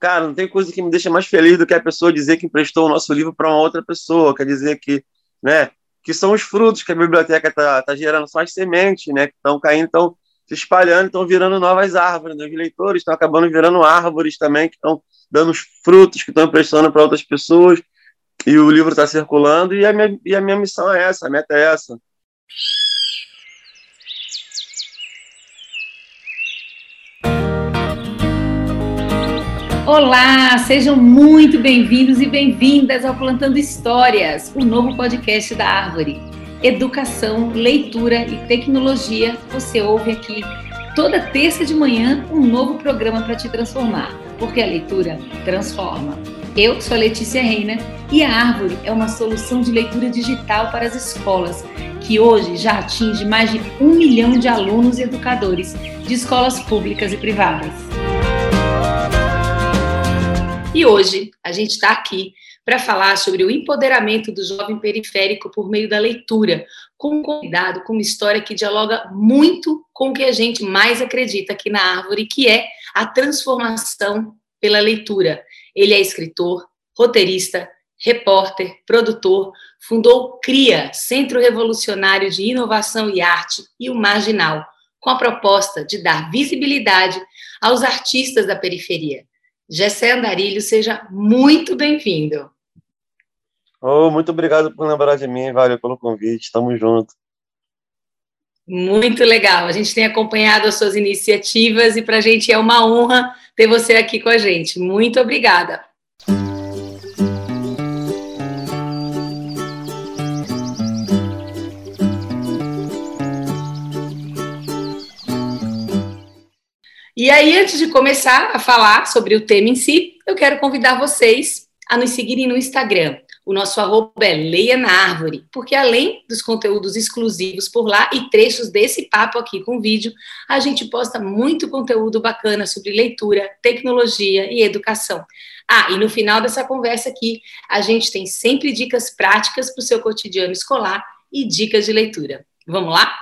cara, não tem coisa que me deixa mais feliz do que a pessoa dizer que emprestou o nosso livro para uma outra pessoa, quer dizer que, né, que são os frutos que a biblioteca tá gerando, são as sementes, né, que estão caindo, estão se espalhando, estão virando novas árvores, né? Os leitores estão acabando virando árvores também, que estão dando os frutos, que estão emprestando para outras pessoas, e o livro está circulando, e a minha missão é essa, a meta é essa. Olá, sejam muito bem-vindos e bem-vindas ao Plantando Histórias, o novo podcast da Árvore. Educação, leitura e tecnologia, você ouve aqui toda terça de manhã um novo programa para te transformar, porque a leitura transforma. Eu sou a Letícia Reina e a Árvore é uma solução de leitura digital para as escolas, que hoje já atinge mais de 1 milhão de alunos e educadores de escolas públicas e privadas. E hoje a gente está aqui para falar sobre o empoderamento do jovem periférico por meio da leitura, com um convidado com uma história que dialoga muito com o que a gente mais acredita aqui na Árvore, que é a transformação pela leitura. Ele é escritor, roteirista, repórter, produtor, fundou o CRIA, Centro Revolucionário de Inovação e Arte, e o Marginal, com a proposta de dar visibilidade aos artistas da periferia. Gessé Andarilho, seja muito bem-vindo. Muito obrigado por lembrar de mim, valeu pelo convite, estamos juntos. Muito legal, a gente tem acompanhado as suas iniciativas e para a gente é uma honra ter você aqui com a gente. Muito obrigada. E aí, antes de começar a falar sobre o tema em si, eu quero convidar vocês a nos seguirem no Instagram. O nosso arroba é Leia na Árvore, porque além dos conteúdos exclusivos por lá e trechos desse papo aqui com vídeo, a gente posta muito conteúdo bacana sobre leitura, tecnologia e educação. E no final dessa conversa aqui, a gente tem sempre dicas práticas para o seu cotidiano escolar e dicas de leitura. Vamos lá?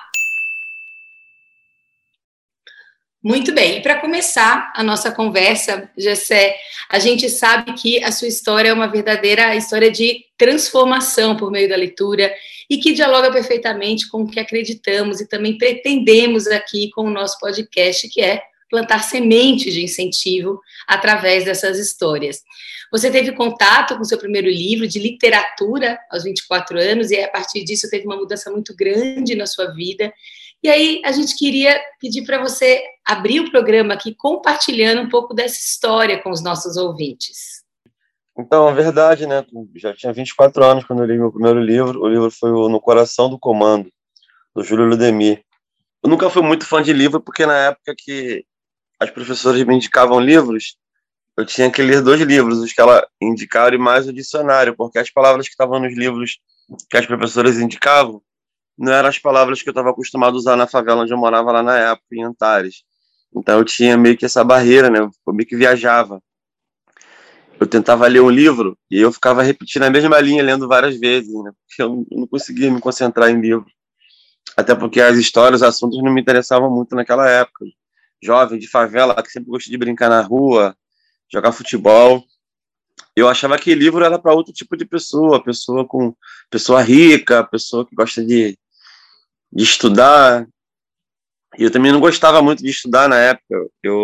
Muito bem, e para começar a nossa conversa, Gessé, a gente sabe que a sua história é uma verdadeira história de transformação por meio da leitura e que dialoga perfeitamente com o que acreditamos e também pretendemos aqui com o nosso podcast, que é plantar sementes de incentivo através dessas histórias. Você teve contato com o seu primeiro livro de literatura aos 24 anos e a partir disso teve uma mudança muito grande na sua vida. E aí, a gente queria pedir para você abrir o programa aqui compartilhando um pouco dessa história com os nossos ouvintes. Então, é verdade, né? Já tinha 24 anos quando eu li meu primeiro livro. O livro foi o No Coração do Comando, do Júlio Ludemir. Eu nunca fui muito fã de livro, porque na época que as professoras me indicavam livros, eu tinha que ler 2 livros, os que ela indicaram e mais o dicionário, porque as palavras que estavam nos livros que as professoras indicavam não eram as palavras que eu estava acostumado a usar na favela onde eu morava lá na época, em Antares. Então eu tinha meio que essa barreira, né? Eu meio que viajava. Eu tentava ler um livro e eu ficava repetindo a mesma linha, lendo várias vezes, né? Porque eu não conseguia me concentrar em livro. Até porque as histórias, os assuntos não me interessavam muito naquela época. Jovem de favela, que sempre gostou de brincar na rua, jogar futebol. Eu achava que livro era para outro tipo de pessoa rica, pessoa que gosta de estudar. E eu também não gostava muito de estudar na época.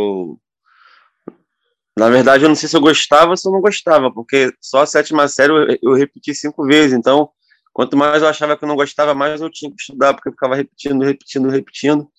Na verdade, eu não sei se eu gostava ou se eu não gostava, porque só a 7ª série eu repeti 5 vezes. Então, quanto mais eu achava que eu não gostava, mais eu tinha que estudar, porque eu ficava repetindo.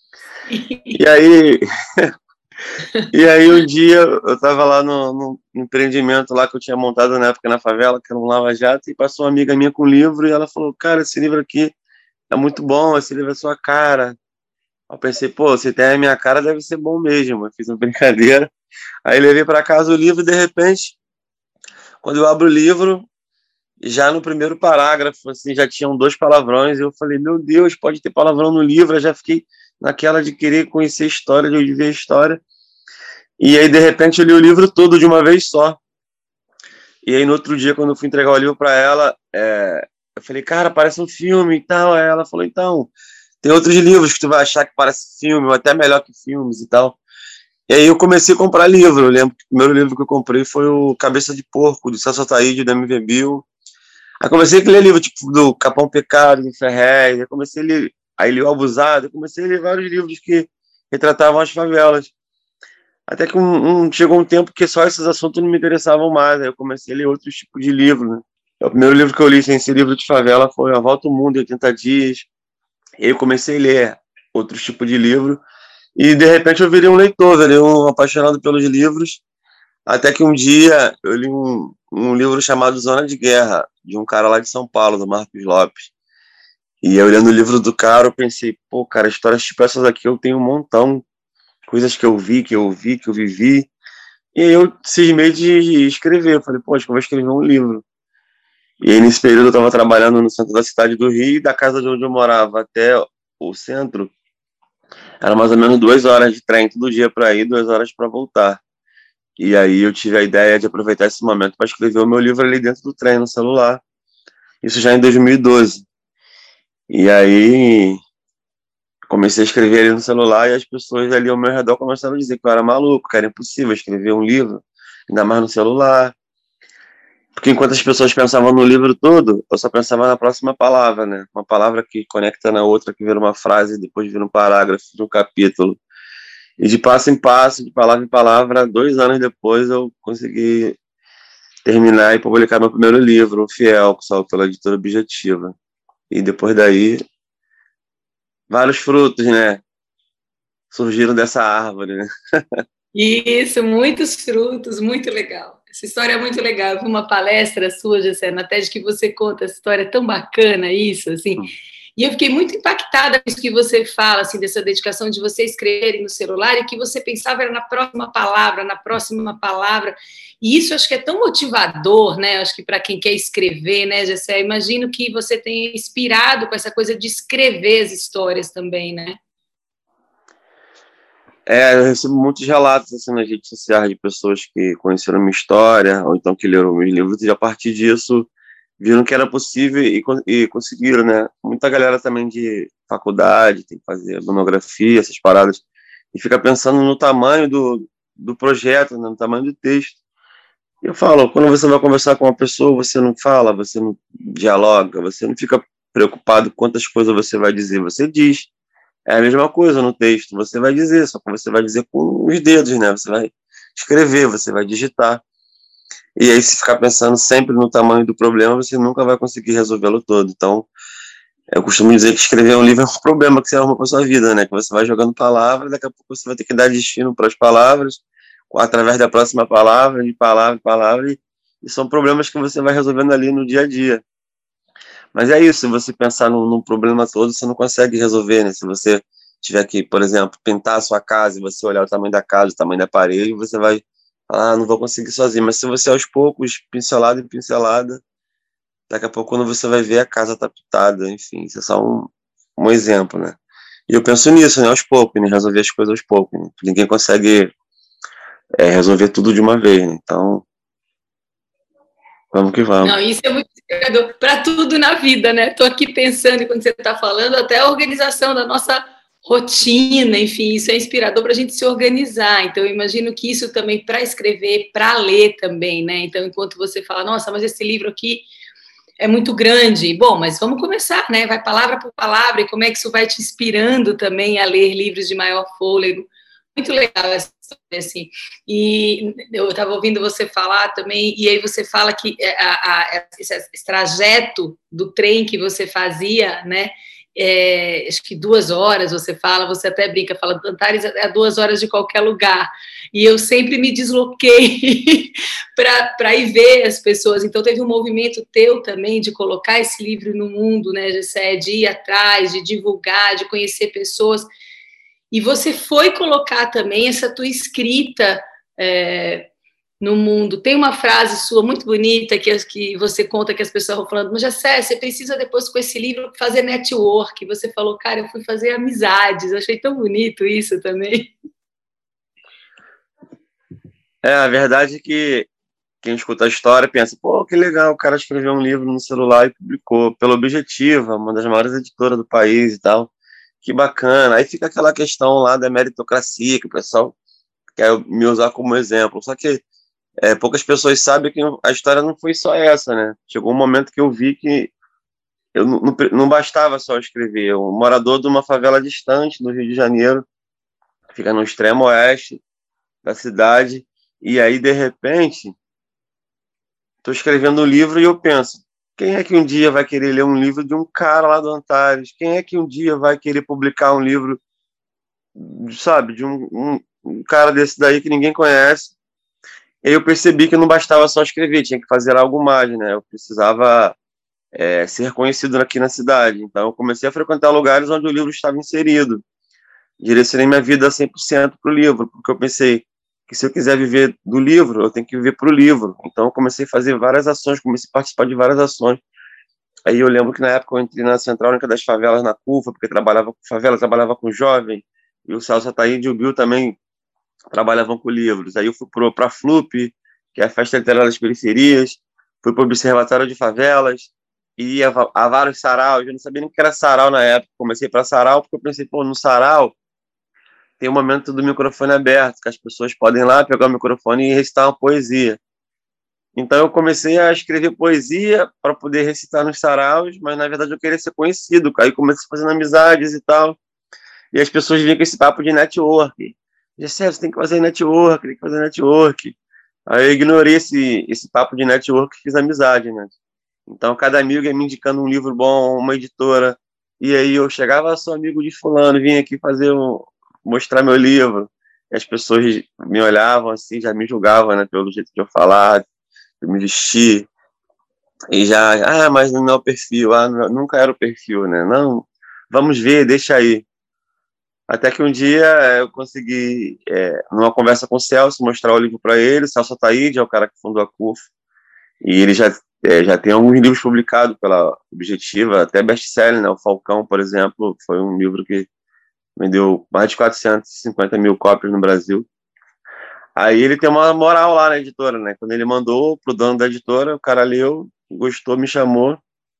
E aí um dia eu estava lá no empreendimento lá que eu tinha montado na época na favela, que era um lava-jato, e passou uma amiga minha com um livro, e ela falou, cara, esse livro aqui é muito bom, esse livro é sua cara. Eu pensei, pô, se tem a minha cara, deve ser bom mesmo. Eu fiz uma brincadeira. Aí levei para casa o livro e, de repente, quando eu abro o livro, já no primeiro parágrafo, assim, já tinham 2 palavrões, e eu falei, meu Deus, pode ter palavrão no livro. Eu já fiquei naquela de querer conhecer a história, de ver a história. E aí, de repente, eu li o livro todo de uma vez só. E aí, no outro dia, quando eu fui entregar o livro para ela, eu falei, cara, parece um filme e tal. Aí ela falou, então, tem outros livros que tu vai achar que parece filme, ou até melhor que filmes e tal. E aí eu comecei a comprar livro. Eu lembro que o primeiro livro que eu comprei foi o Cabeça de Porco, do Celso Ataíde, do MV Bill. Aí comecei a ler livro, tipo, do Capão Pecado, do Ferrez. Aí comecei a ler, aí li o Abusado. Eu comecei a ler vários livros que retratavam as favelas. Até que chegou um tempo que só esses assuntos não me interessavam mais. Aí eu comecei a ler outros tipos de livros, né? O primeiro livro que eu li sem ser livro de favela foi A Volta ao Mundo em 80 Dias. E aí eu comecei a ler outros tipos de livro. E de repente eu virei um leitor, virei um apaixonado pelos livros. Até que um dia eu li um livro chamado Zona de Guerra, de um cara lá de São Paulo, do Marcos Lopes. E eu lendo o livro do cara, eu pensei, pô, cara, histórias tipo essas aqui eu tenho um montão. Coisas que eu vi, que eu ouvi, que eu vivi. E aí eu cismei de escrever. Eu falei, pô, acho que eu vou escrever um livro. E aí, nesse período, eu estava trabalhando no centro da cidade do Rio, e da casa de onde eu morava até o centro, era mais ou menos 2 horas de trem todo dia para ir, 2 horas para voltar. E aí eu tive a ideia de aproveitar esse momento para escrever o meu livro ali dentro do trem, no celular. Isso já em 2012. E aí comecei a escrever ali no celular e as pessoas ali ao meu redor começaram a dizer que eu era maluco, que era impossível escrever um livro, ainda mais no celular. Porque enquanto as pessoas pensavam no livro todo, eu só pensava na próxima palavra, né? Uma palavra que conecta na outra, que vira uma frase, depois vira um parágrafo, de um capítulo. E de passo em passo, de palavra em palavra, 2 anos depois eu consegui terminar e publicar meu primeiro livro, O Fiel, que saiu pela editora Objetiva. E depois daí, vários frutos, né? Surgiram dessa árvore, né? Isso, muitos frutos, muito legal. Essa história é muito legal. Eu vi uma palestra sua, Gessé, na TED, que você conta essa história tão bacana, isso, assim. E eu fiquei muito impactada com isso que você fala, assim, dessa dedicação de você escrever no celular e que você pensava era na próxima palavra, na próxima palavra. E isso acho que é tão motivador, né? Acho que para quem quer escrever, né, Gessé? Imagino que você tenha inspirado com essa coisa de escrever as histórias também, né? Eu recebo muitos relatos assim, nas redes sociais de pessoas que conheceram minha história, ou então que leram meus livros, e a partir disso viram que era possível e conseguiram, né? Muita galera também de faculdade tem que fazer monografia, essas paradas, e fica pensando no tamanho do projeto, né? No tamanho do texto. E eu falo, quando você vai conversar com uma pessoa, você não fala, você não dialoga, você não fica preocupado com quantas coisas você vai dizer, você diz. É a mesma coisa no texto, você vai dizer, só que você vai dizer com os dedos, né? Você vai escrever, você vai digitar. E aí, se ficar pensando sempre no tamanho do problema, você nunca vai conseguir resolvê-lo todo. Então, eu costumo dizer que escrever um livro é um problema que você arruma para sua vida, né? Que você vai jogando palavras, daqui a pouco você vai ter que dar destino para as palavras, através da próxima palavra, de palavra em palavra, e são problemas que você vai resolvendo ali no dia a dia. Mas é isso, se você pensar num problema todo, você não consegue resolver, né? Se você tiver que, por exemplo, pintar a sua casa e você olhar o tamanho da casa, o tamanho da parede, você vai falar, não vou conseguir sozinho. Mas se você aos poucos, pincelada em pincelada, daqui a pouco quando você vai ver a casa tá pintada, enfim, isso é só um exemplo, né? E eu penso nisso, né, aos poucos, né, resolver as coisas aos poucos, né? Ninguém consegue resolver tudo de uma vez, né? Então, vamos que vamos. Não, isso é muito inspirador para tudo na vida, né? Estou aqui pensando, enquanto você está falando, até a organização da nossa rotina, enfim, isso é inspirador para a gente se organizar. Então, eu imagino que isso também para escrever, para ler também, né? Então, enquanto você fala, nossa, mas esse livro aqui é muito grande. Bom, mas vamos começar, né? Vai palavra por palavra, e como é que isso vai te inspirando também a ler livros de maior fôlego. Muito legal essa história, assim. E eu estava ouvindo você falar também, e aí você fala que esse trajeto do trem que você fazia, né? Acho que 2 horas, você fala, você até brinca, fala, Antares é 2 horas de qualquer lugar. E eu sempre me desloquei para ir ver as pessoas. Então, teve um movimento teu também de colocar esse livro no mundo, né, Gessé, de ir atrás, de divulgar, de conhecer pessoas. E você foi colocar também essa tua escrita no mundo. Tem uma frase sua muito bonita que você conta que as pessoas vão falando, mas Gessé, você precisa depois com esse livro fazer network. Você falou, cara, eu fui fazer amizades. Eu achei tão bonito isso também. A verdade é que quem escuta a história pensa, pô, que legal, o cara escreveu um livro no celular e publicou pela Objetiva, uma das maiores editoras do país e tal. Que bacana. Aí fica aquela questão lá da meritocracia, que o pessoal quer me usar como exemplo. Só que poucas pessoas sabem que a história não foi só essa, né? Chegou um momento que eu vi que eu não bastava só escrever. Eu, morador de uma favela distante do Rio de Janeiro, fica no extremo oeste da cidade, e aí, de repente, estou escrevendo um livro e eu penso, quem é que um dia vai querer ler um livro de um cara lá do Antares? Quem é que um dia vai querer publicar um livro, sabe, de um cara desse daí que ninguém conhece? E aí eu percebi que não bastava só escrever, tinha que fazer algo mais, né? Eu precisava ser conhecido aqui na cidade. Então eu comecei a frequentar lugares onde o livro estava inserido. Direcionei minha vida 100% para o livro, porque eu pensei que se eu quiser viver do livro, eu tenho que viver para o livro. Então eu comecei a fazer várias ações, comecei a participar de várias ações. Aí eu lembro que na época eu entrei na Central Única das Favelas, na CUFA, porque trabalhava com favela, trabalhava com jovem, e o Celso Ataíde e o Bill também trabalhavam com livros. Aí eu fui para a FLUP, que é a Festa Literária das Periferias, fui para o Observatório de Favelas, e ia a vários saraus. Eu não sabia nem o que era sarau na época. Comecei para sarau porque eu pensei, pô, no sarau tem o momento do microfone aberto, que as pessoas podem ir lá pegar o microfone e recitar uma poesia. Então eu comecei a escrever poesia para poder recitar nos saraus, mas na verdade eu queria ser conhecido. Aí comecei fazendo amizades e tal, e as pessoas vinham com esse papo de network. Gessé, você tem que fazer network, tem que fazer network. Aí eu ignorei esse papo de network e fiz amizade, né? Então cada amigo ia me indicando um livro bom, uma editora, e aí eu chegava, sou amigo de fulano, vim aqui mostrar meu livro. E as pessoas me olhavam assim, já me julgavam, né, pelo jeito de eu falar, de me vestir, e já, mas não é o perfil, nunca era o perfil, né? Não, vamos ver, deixa aí. Até que um dia eu consegui, numa conversa com o Celso, mostrar o livro para ele. O Celso Ataíde é o cara que fundou a CUF, e ele já tem alguns livros publicados pela Objetiva, até best-seller, né? O Falcão, por exemplo, foi um livro que vendeu mais de 450 mil cópias no Brasil. Aí ele tem uma moral lá na editora, né? Quando ele mandou pro dono da editora, o cara leu, gostou, me chamou,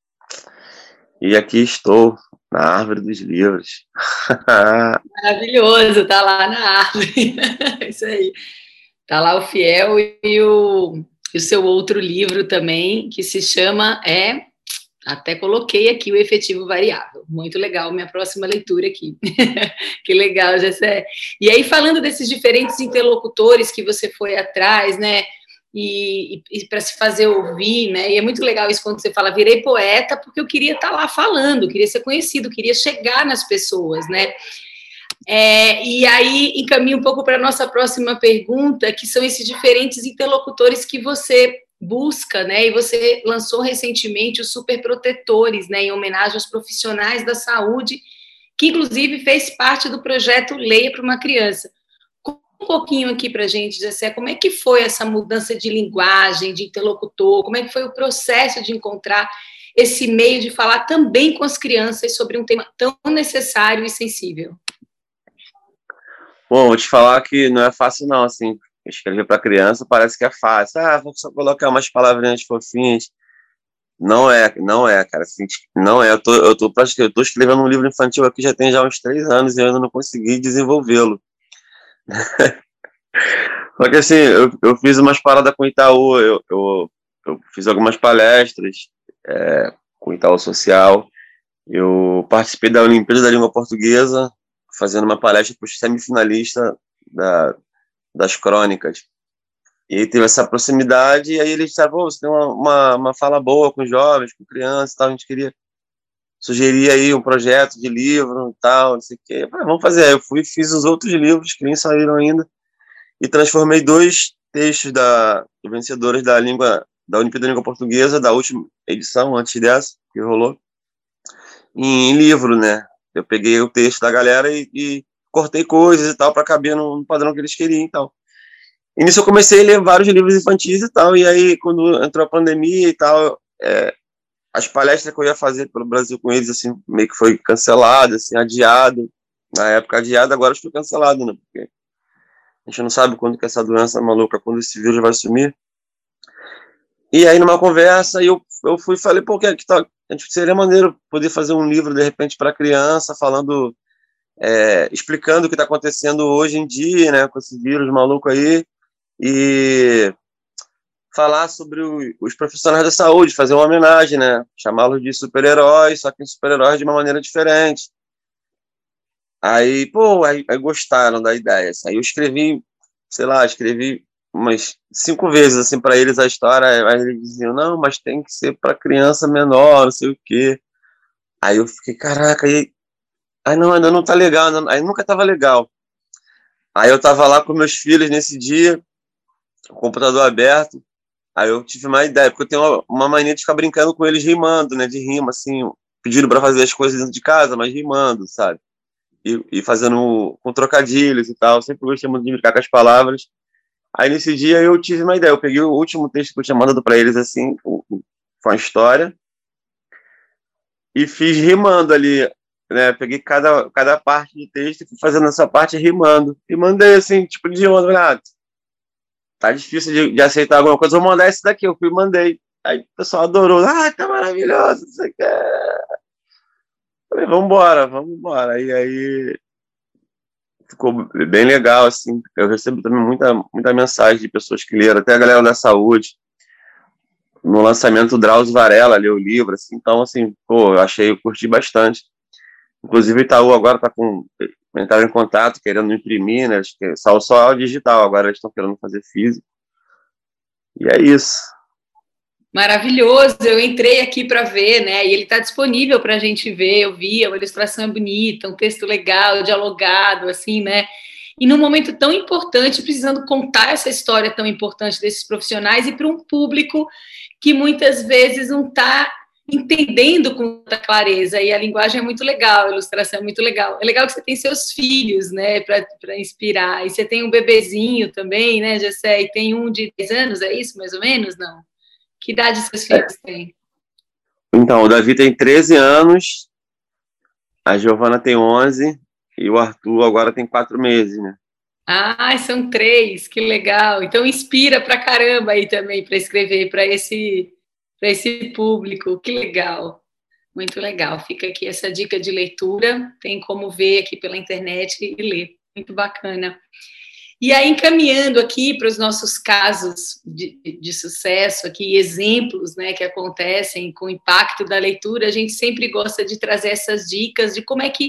e aqui estou, na árvore dos livros. Maravilhoso, tá lá na árvore. Isso aí. Tá lá o Fiel e o seu outro livro também, que se chama até coloquei aqui o efetivo variável. Muito legal, minha próxima leitura aqui. Que legal, Gessé. E aí, falando desses diferentes interlocutores que você foi atrás, né? E para se fazer ouvir, né? E é muito legal isso quando você fala, virei poeta, porque eu queria estar lá falando, queria ser conhecido, queria chegar nas pessoas, né? E aí encaminho um pouco para a nossa próxima pergunta, que são esses diferentes interlocutores que você busca, né? E você lançou recentemente os superprotetores, né? Em homenagem aos profissionais da saúde, que inclusive fez parte do projeto Leia para uma Criança. Conta um pouquinho aqui para a gente, Gessé, como é que foi essa mudança de linguagem, de interlocutor, como é que foi o processo de encontrar esse meio de falar também com as crianças sobre um tema tão necessário e sensível? Bom, vou te falar que não é fácil não, assim, escrever para criança parece que é fácil. Vou só colocar umas palavrinhas fofinhas. Não é, cara, assim, não é. Eu tô escrevendo um livro infantil aqui já uns 3 anos e eu ainda não consegui desenvolvê-lo. Só que assim, eu fiz umas paradas com o Itaú, eu fiz algumas palestras com o Itaú Social, eu participei da Olimpíada da Língua Portuguesa, fazendo uma palestra para os semifinalistas das crônicas. E aí teve essa proximidade, e aí eles disseram, você tem uma fala boa com jovens, com crianças e tal, a gente queria sugerir aí um projeto de livro e tal, não sei o quê. Vamos fazer. Aí eu fui e fiz os outros livros que nem saíram ainda, e transformei 2 textos vencedores da Olimpíada da Língua Portuguesa, da última edição, antes dessa, que rolou, em livro, né? Eu peguei o texto da galera e cortei coisas e tal, para caber no padrão que eles queriam e tal. E nisso eu comecei a ler vários livros infantis e tal, e aí quando entrou a pandemia e tal, as palestras que eu ia fazer pelo Brasil com eles, assim, meio que foi cancelado, assim, adiado. Na época adiado, agora acho que foi cancelado, né? Porque a gente não sabe quando que essa doença maluca, quando esse vírus vai sumir. E aí numa conversa, eu fui e falei, pô, que tal? A gente seria maneiro poder fazer um livro, de repente, para criança, falando explicando o que está acontecendo hoje em dia, né, com esse vírus maluco aí, e falar sobre os profissionais da saúde, fazer uma homenagem, né, chamá-los de super-heróis, só que super-heróis de uma maneira diferente. Aí, aí gostaram da ideia. Assim. Aí eu escrevi, sei lá, escrevi umas 5 vezes assim para eles a história, aí eles diziam, não, mas tem que ser para criança menor, não sei o quê. Aí eu fiquei, caraca, aí não, ainda não tá legal, aí nunca tava legal. Aí eu tava lá com meus filhos nesse dia, o computador aberto, aí eu tive uma ideia, porque eu tenho uma mania de ficar brincando com eles rimando, né, de rima, assim, pedindo para fazer as coisas dentro de casa, mas rimando, sabe? E fazendo com trocadilhos e tal, sempre gostei muito de brincar com as palavras. Aí nesse dia eu tive uma ideia, eu peguei o último texto que eu tinha mandado para eles, assim, com a história, e fiz rimando ali, né? Peguei cada parte do texto e fui fazendo essa parte rimando. E mandei assim, tipo de onda, tá difícil de aceitar alguma coisa, vou mandar esse daqui, eu fui e mandei. Aí o pessoal adorou, tá maravilhoso, isso aqui. Falei, vamos embora. Aí ficou bem legal, assim. Eu recebo também muita mensagem de pessoas que leram, até a galera da saúde. No lançamento, o Drauzio Varela leu o livro, assim, então, assim, eu curti bastante. Inclusive, o Itaú agora entraram em contato, querendo imprimir, né? Acho que só digital, agora eles estão querendo fazer físico. E é isso. Maravilhoso, eu entrei aqui para ver, né? E ele está disponível para a gente ver. Eu vi, a ilustração é bonita, um texto legal, dialogado, assim, né? E num momento tão importante, precisando contar essa história tão importante desses profissionais e para um público que muitas vezes não está entendendo com muita clareza. E a linguagem é muito legal, a ilustração é muito legal. É legal que você tem seus filhos, né, para inspirar. E você tem um bebezinho também, né, Gessé? E tem um de 10 anos, é isso, mais ou menos? Não? Que idade seus filhos têm? Então, o Davi tem 13 anos, a Giovana tem 11 e o Arthur agora tem 4 meses, né? Ah, são 3, que legal. Então inspira pra caramba aí também para escrever para esse público. Que legal. Muito legal. Fica aqui essa dica de leitura. Tem como ver aqui pela internet e ler. Muito bacana. E aí, encaminhando aqui para os nossos casos de sucesso, aqui, exemplos, né, que acontecem com o impacto da leitura, a gente sempre gosta de trazer essas dicas de como é que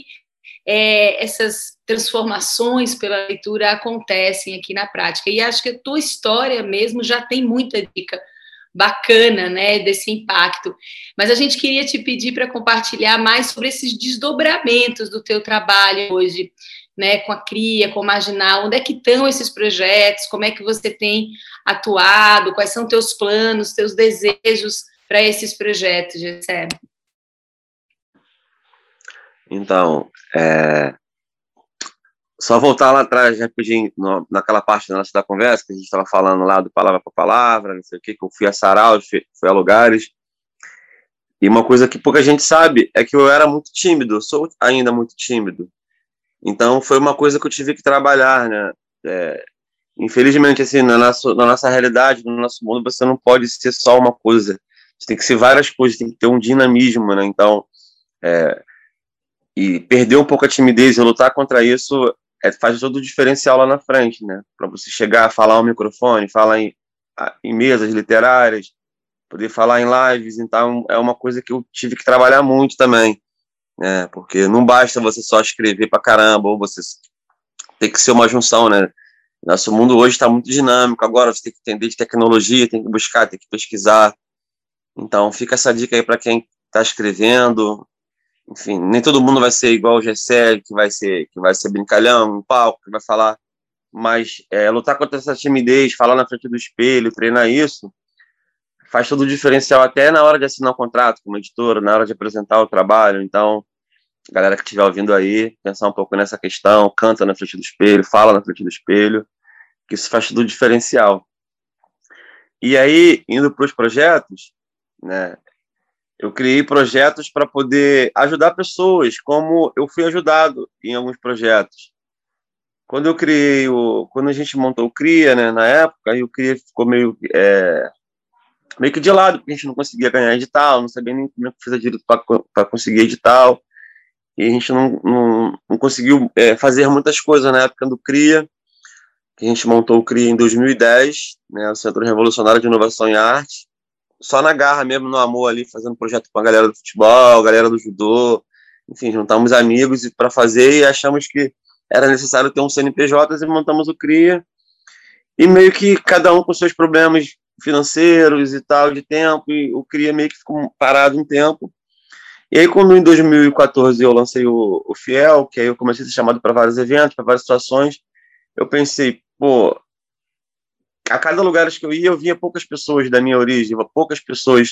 essas transformações pela leitura acontecem aqui na prática. E acho que a tua história mesmo já tem muita dica bacana, né, desse impacto. Mas a gente queria te pedir para compartilhar mais sobre esses desdobramentos do teu trabalho hoje, né, com a CRIA, com o Marginal, onde é que estão esses projetos, como é que você tem atuado, quais são teus planos, teus desejos para esses projetos, Gessé? Então, só voltar lá atrás rapidinho, naquela parte da conversa, que a gente estava falando lá do palavra por palavra, não sei o que eu fui a sarau, fui a lugares, e uma coisa que pouca gente sabe é que eu era muito tímido, eu sou ainda muito tímido. Então, foi uma coisa que eu tive que trabalhar, né? Infelizmente, assim, na nossa realidade, no nosso mundo, você não pode ser só uma coisa. Você tem que ser várias coisas, tem que ter um dinamismo, né? Então, e perder um pouco a timidez e lutar contra isso faz todo o diferencial lá na frente, né? Para você chegar a falar ao microfone, falar em mesas literárias, poder falar em lives, então é uma coisa que eu tive que trabalhar muito também, né? Porque não basta você só escrever pra caramba, ou você tem que ser uma junção, né? Nosso mundo hoje está muito dinâmico, agora você tem que entender de tecnologia, tem que buscar, tem que pesquisar. Então fica essa dica aí para quem está escrevendo. Enfim, nem todo mundo vai ser igual o Gessé, que vai ser brincalhão, um palco, que vai falar, mas lutar contra essa timidez, falar na frente do espelho, treinar isso, faz todo o diferencial até na hora de assinar o contrato com uma editora, na hora de apresentar o trabalho. Então, galera que estiver ouvindo aí, pensar um pouco nessa questão, canta na frente do espelho, fala na frente do espelho, que isso faz todo o diferencial. E aí, indo para os projetos, né, eu criei projetos para poder ajudar pessoas, como eu fui ajudado em alguns projetos. Quando a gente montou o CRIA, né, na época, aí o CRIA ficou meio que de lado, porque a gente não conseguia ganhar edital, não sabia nem como é que fazia direito para conseguir edital. e a gente não conseguiu fazer muitas coisas na época do CRIA, que a gente montou o CRIA em 2010, né, o Centro Revolucionário de Inovação em Arte, só na garra mesmo, no amor ali, fazendo projeto com a galera do futebol, a galera do judô, enfim, juntamos amigos para fazer e achamos que era necessário ter um CNPJ e montamos o CRIA, e meio que cada um com seus problemas financeiros e tal, de tempo, e o CRIA meio que ficou parado um tempo. E aí, quando em 2014 eu lancei o Fiel, que aí eu comecei a ser chamado para vários eventos, para várias situações, eu pensei, pô, a cada lugar que eu via poucas pessoas da minha origem, poucas pessoas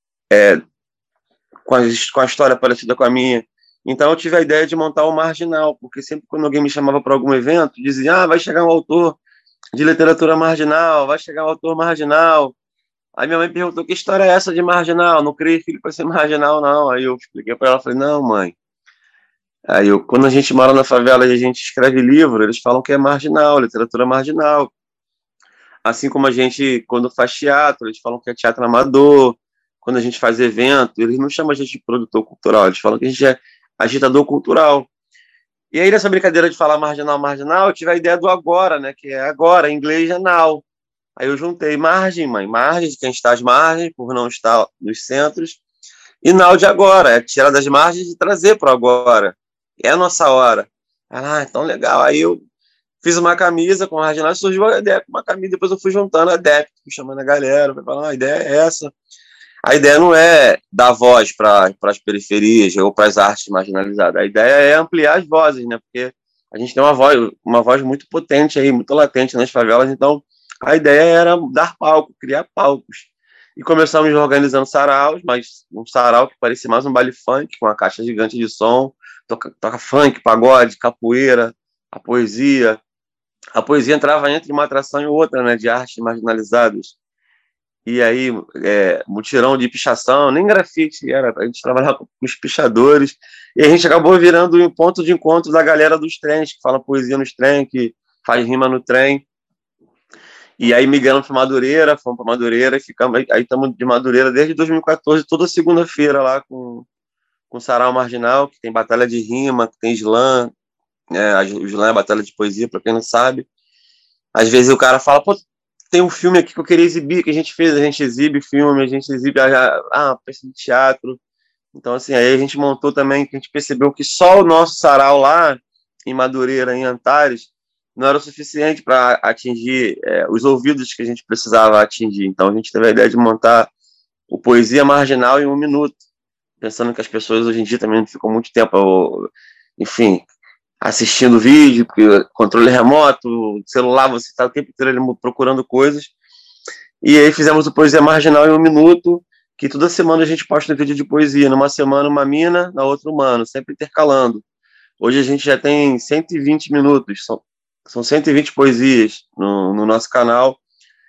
com a história parecida com a minha. Então eu tive a ideia de montar o Marginal, porque sempre quando alguém me chamava para algum evento, dizia, vai chegar um autor de literatura marginal, vai chegar um autor marginal. Aí minha mãe perguntou, que história é essa de marginal? Não criei filho para ser marginal, não. Aí eu expliquei para ela, falei, não, mãe. Aí quando a gente mora na favela e a gente escreve livro, eles falam que é marginal, literatura marginal. Assim como a gente, quando faz teatro, eles falam que é teatro amador. Quando a gente faz evento, eles não chamam a gente de produtor cultural, eles falam que a gente é agitador cultural. E aí, nessa brincadeira de falar marginal, marginal, eu tive a ideia do agora, né? Que é agora, em inglês é now. Aí eu juntei margem, mãe, margem de quem está às margens, por não estar nos centros, e now de agora, é tirar das margens e trazer para agora. É a nossa hora. Então legal. Aí eu fiz uma camisa com marginal e surgiu a ideia com uma camisa, depois eu fui juntando adeptos, fui chamando a galera, fui falando, a ideia é essa. A ideia não é dar voz para as periferias ou para as artes marginalizadas. A ideia é ampliar as vozes, né? Porque a gente tem uma voz muito potente aí, muito latente nas favelas. Então, a ideia era dar palco, criar palcos. E começamos organizando saraus, mas um sarau que parecia mais um baile funk, com uma caixa gigante de som, toca funk, pagode, capoeira, a poesia. A poesia entrava entre uma atração e outra, né? De artes marginalizadas. E aí, mutirão de pichação, nem grafite era, a gente trabalhava com os pichadores, e a gente acabou virando um ponto de encontro da galera dos trens, que fala poesia nos trens, que faz rima no trem. E aí migramos para Madureira, fomos para Madureira, e ficamos, aí estamos de Madureira desde 2014, toda segunda-feira lá com Sarau Marginal, que tem batalha de rima, que tem slam, o slam é batalha de poesia, para quem não sabe. Às vezes o cara fala, pô, tem um filme aqui que eu queria exibir, que a gente fez, a gente exibe filme, a gente exibe peça de teatro. Então, assim, aí a gente montou também, que a gente percebeu que só o nosso sarau lá, em Madureira, em Antares, não era o suficiente para atingir os ouvidos que a gente precisava atingir. Então, a gente teve a ideia de montar o Poesia Marginal em 1 minuto, pensando que as pessoas hoje em dia também não ficam muito tempo, enfim, assistindo vídeo, porque controle remoto, celular, você está o tempo inteiro procurando coisas. E aí fizemos o Poesia Marginal em 1 minuto, que toda semana a gente posta um vídeo de poesia. Numa semana uma mina, na outra humano, sempre intercalando. Hoje a gente já tem 120 minutos, são 120 poesias no nosso canal,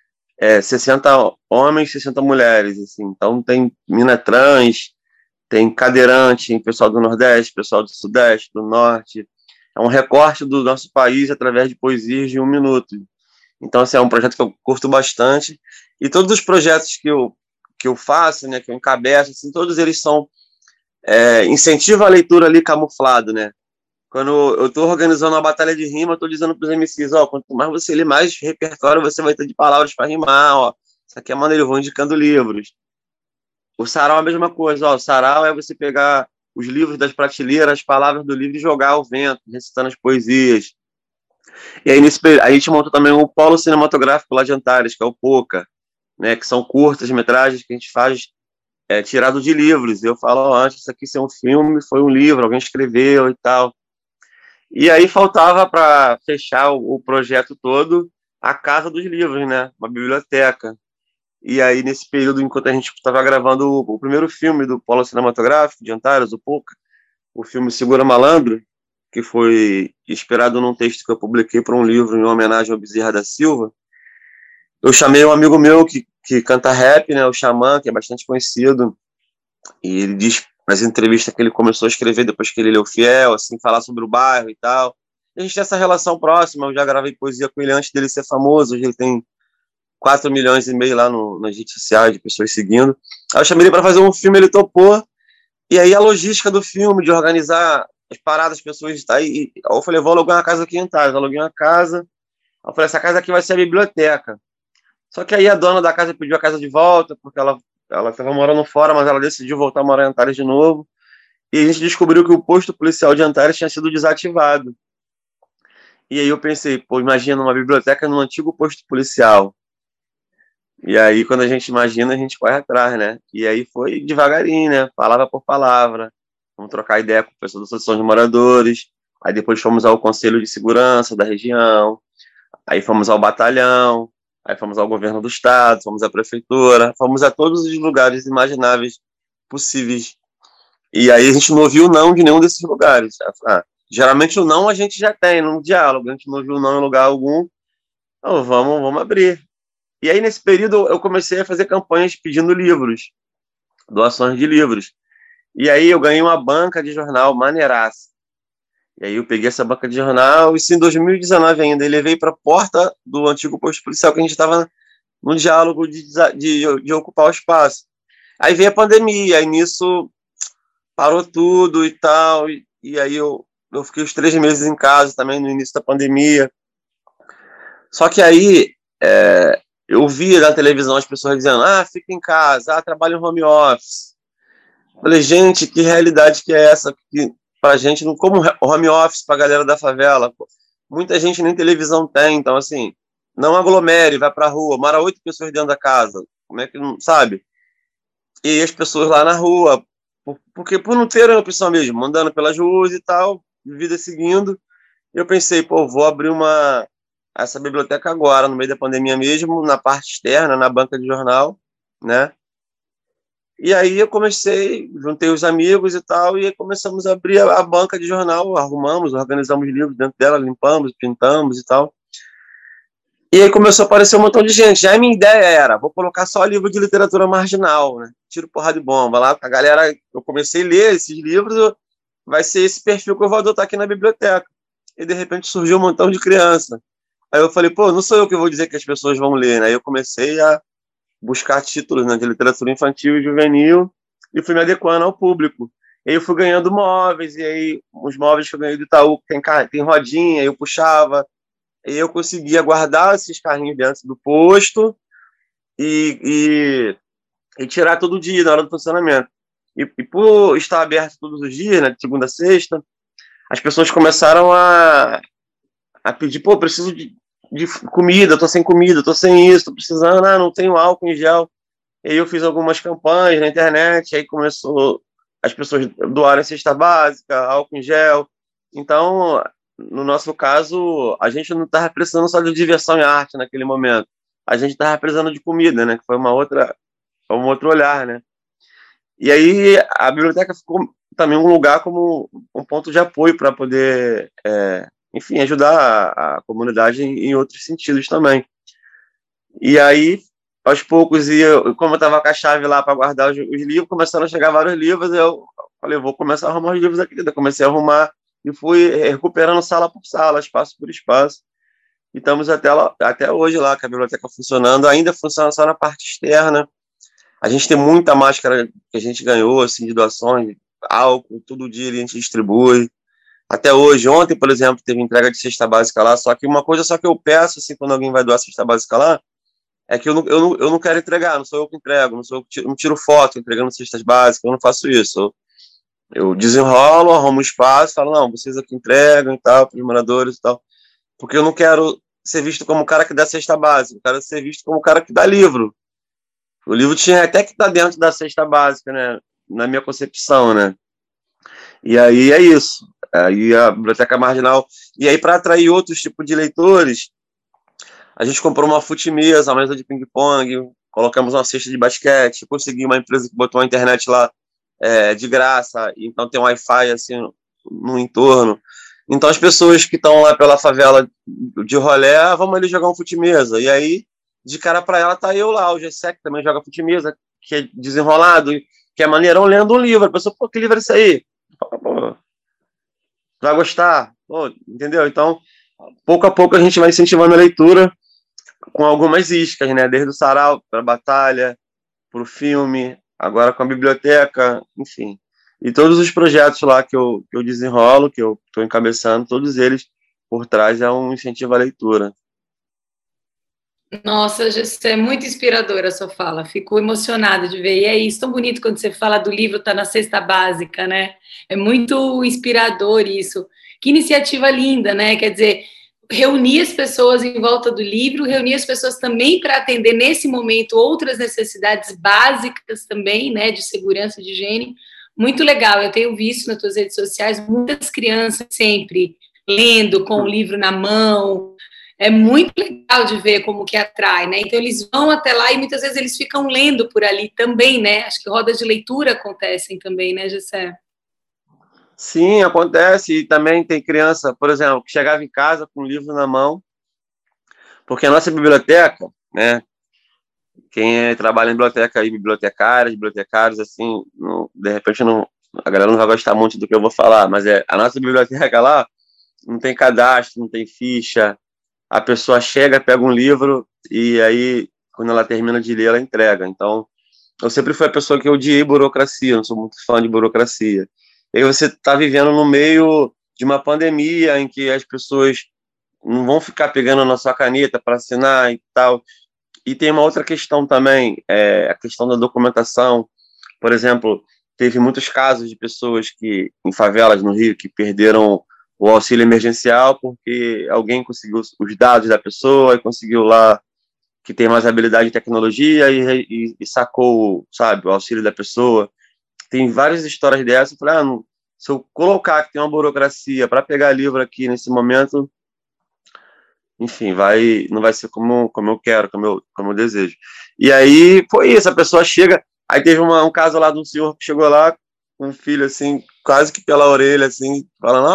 60 homens, 60 mulheres. Assim. Então tem mina trans, tem cadeirante, tem pessoal do Nordeste, pessoal do Sudeste, do Norte. É um recorte do nosso país através de poesias de 1 minuto. Então, assim, é um projeto que eu curto bastante. E todos os projetos que eu faço, né, que eu encabeço, assim, todos eles são incentivo à leitura ali camuflado, né? Quando eu estou organizando uma batalha de rima, eu estou dizendo para os MCs, quanto mais você ler, mais repertório você vai ter de palavras para rimar, Isso aqui é maneiro, eu vou indicando livros. O sarau é a mesma coisa, o sarau é você pegar os livros das prateleiras, as palavras do livro e jogar ao vento, recitando as poesias. E aí, a gente montou também o polo cinematográfico lá de Antares, que é o POCA, né, que são curtas-metragens que a gente faz tirado de livros. Eu falo, antes isso aqui ser um filme, foi um livro, alguém escreveu e tal. E aí faltava para fechar o projeto todo a Casa dos Livros, né, uma biblioteca. E aí, nesse período, enquanto a gente estava gravando o primeiro filme do polo cinematográfico de Antares, o POCA, o filme Segura Malandro, que foi inspirado num texto que eu publiquei para um livro em homenagem ao Bezerra da Silva, eu chamei um amigo meu que canta rap, né, o Xamã, que é bastante conhecido, e ele diz nas entrevistas que ele começou a escrever depois que ele leu Fiel, assim, falar sobre o bairro e tal. E a gente tem essa relação próxima, eu já gravei poesia com ele antes dele ser famoso, hoje ele tem 4,5 milhões lá nas redes sociais de pessoas seguindo. Aí eu chamei ele para fazer um filme, ele topou, e aí a logística do filme, de organizar as paradas, as pessoas... Aí eu falei, vou alugar uma casa aqui em Antares. Aluguei uma casa. Eu falei, essa casa aqui vai ser a biblioteca. Só que aí a dona da casa pediu a casa de volta, porque ela estava morando fora, mas ela decidiu voltar a morar em Antares de novo. E a gente descobriu que o posto policial de Antares tinha sido desativado. E aí eu pensei, pô, imagina uma biblioteca no antigo posto policial. E aí, quando a gente imagina, a gente corre atrás, né? E aí foi devagarinho, né? Palavra por palavra. Vamos trocar ideia com o pessoal da Associação de Moradores. Aí depois fomos ao Conselho de Segurança da região. Aí fomos ao batalhão. Aí fomos ao governo do estado, fomos à prefeitura. Fomos a todos os lugares imagináveis possíveis. E aí a gente não ouviu não de nenhum desses lugares. Geralmente o não a gente já tem no diálogo. A gente não ouviu não em lugar algum. Então vamos abrir. E aí, nesse período, eu comecei a fazer campanhas pedindo livros, doações de livros. E aí eu ganhei uma banca de jornal maneiraça. E aí eu peguei essa banca de jornal, isso em 2019 ainda, e levei para a porta do antigo posto policial, que a gente estava no diálogo de ocupar o espaço. Aí veio a pandemia, aí nisso parou tudo e tal, e aí eu fiquei os 3 meses em casa também, no início da pandemia. Só que aí... eu via na televisão as pessoas dizendo, fica em casa, trabalha em home office. Falei, gente, que realidade que é essa? Que pra gente, como home office pra galera da favela, pô, muita gente nem televisão tem, então assim, não aglomere, vai pra rua, mora 8 pessoas dentro da casa, como é que não, sabe? E as pessoas lá na rua, porque por não ter opção mesmo, andando pelas ruas e tal, vida seguindo, eu pensei, pô, vou abrir essa biblioteca agora, no meio da pandemia mesmo, na parte externa, na banca de jornal, né? E aí eu juntei os amigos e tal, e começamos a abrir a banca de jornal, arrumamos, organizamos livros dentro dela, limpamos, pintamos e tal. E aí começou a aparecer um montão de gente. Já a minha ideia era, vou colocar só livro de literatura marginal, né? Tiro, porrada de bomba. Lá, a galera, eu comecei a ler esses livros, vai ser esse perfil que eu vou adotar aqui na biblioteca. E de repente surgiu um montão de criança. Aí eu falei, pô, não sou eu que vou dizer que as pessoas vão ler, né? Aí eu comecei a buscar títulos, né, de literatura infantil e juvenil e fui me adequando ao público. E aí eu fui ganhando móveis, e aí os móveis que eu ganhei do Itaú tem rodinha, eu puxava, e eu conseguia guardar esses carrinhos dentro do posto e tirar todo dia, na hora do funcionamento. E por estar aberto todos os dias, né, de segunda a sexta, as pessoas começaram a pedir, pô, preciso de comida, tô sem comida, tô sem isso, tô precisando, não tenho álcool em gel. E aí eu fiz algumas campanhas na internet, aí começou as pessoas doarem cesta básica, álcool em gel. Então, no nosso caso, a gente não estava precisando só de diversão e arte naquele momento. A gente estava precisando de comida, né? Que foi um outro olhar, né? E aí a biblioteca ficou também um lugar como um ponto de apoio para poder, enfim, ajudar a comunidade em outros sentidos também. E aí, aos poucos, como eu estava com a chave lá para guardar os livros, começaram a chegar vários livros, eu falei, vou começar a arrumar os livros aqui. Eu comecei a arrumar e fui recuperando sala por sala, espaço por espaço. E estamos até hoje lá, com a biblioteca funcionando, ainda funciona só na parte externa. A gente tem muita máscara que a gente ganhou, assim, de doações, álcool, todo dia a gente distribui. Até hoje, ontem, por exemplo, teve entrega de cesta básica lá, só que uma coisa só que eu peço, assim, quando alguém vai doar cesta básica lá, é que eu não quero entregar, não sou eu que entrego, não tiro foto entregando cestas básicas, eu não faço isso. Eu desenrolo, arrumo um espaço, falo, não, vocês aqui entregam e tal, para os moradores e tal, porque eu não quero ser visto como o cara que dá cesta básica, eu quero ser visto como o cara que dá livro. O livro tinha até que estar dentro da cesta básica, né, na minha concepção, né. E aí é isso. Aí a Biblioteca Marginal... E aí, para atrair outros tipos de leitores, a gente comprou uma fute-mesa, uma mesa de ping-pong, colocamos uma cesta de basquete, consegui uma empresa que botou a internet lá de graça, então tem um Wi-Fi assim, no entorno. Então as pessoas que estão lá pela favela de rolê, vamos ali jogar um fute-mesa. E aí, de cara para ela, tá eu lá, o Gessé, que também joga fute-mesa, que é desenrolado, que é maneirão, lendo um livro. A pessoa, pô, que livro é esse aí? Pô, vai gostar? Pô, entendeu? Então, pouco a pouco a gente vai incentivando a leitura com algumas iscas, né? Desde o sarau para a batalha, para o filme, agora com a biblioteca, enfim. E todos os projetos lá que eu desenrolo, que eu estou encabeçando, todos eles por trás é um incentivo à leitura. Nossa, Gessé, é muito inspiradora a sua fala, fico emocionada de ver. E é isso, tão bonito quando você fala do livro, tá na cesta básica, né? É muito inspirador isso. Que iniciativa linda, né? Quer dizer, reunir as pessoas em volta do livro, reunir as pessoas também para atender nesse momento outras necessidades básicas também, né, de segurança de higiene. Muito legal. Eu tenho visto nas tuas redes sociais muitas crianças sempre lendo com o livro na mão. É muito legal de ver como que atrai, né? Então eles vão até lá e muitas vezes eles ficam lendo por ali também, né? Acho que rodas de leitura acontecem também, né, Gessé? Sim, acontece. E também tem criança, por exemplo, que chegava em casa com o livro na mão, porque a nossa biblioteca, né? Quem trabalha em biblioteca aí, bibliotecários, assim, não, de repente não, a galera não vai gostar muito do que eu vou falar, mas a nossa biblioteca lá não tem cadastro, não tem ficha. A pessoa chega, pega um livro e aí, quando ela termina de ler, ela entrega. Então, eu sempre fui a pessoa que odiei burocracia, não sou muito fã de burocracia. E aí você está vivendo no meio de uma pandemia em que as pessoas não vão ficar pegando na sua caneta para assinar e tal. E tem uma outra questão também, a questão da documentação. Por exemplo, teve muitos casos de pessoas que, em favelas no Rio, que perderam o auxílio emergencial porque alguém conseguiu os dados da pessoa e conseguiu lá que tem mais habilidade em tecnologia e sacou, sabe, o auxílio da pessoa. Tem várias histórias dessas. Eu falei, não, se eu colocar que tem uma burocracia para pegar livro aqui nesse momento, enfim, não vai ser como eu quero, como eu desejo. E aí foi isso, a pessoa chega, aí teve um caso lá de um senhor que chegou lá com um filho, assim, quase que pela orelha, assim, falando,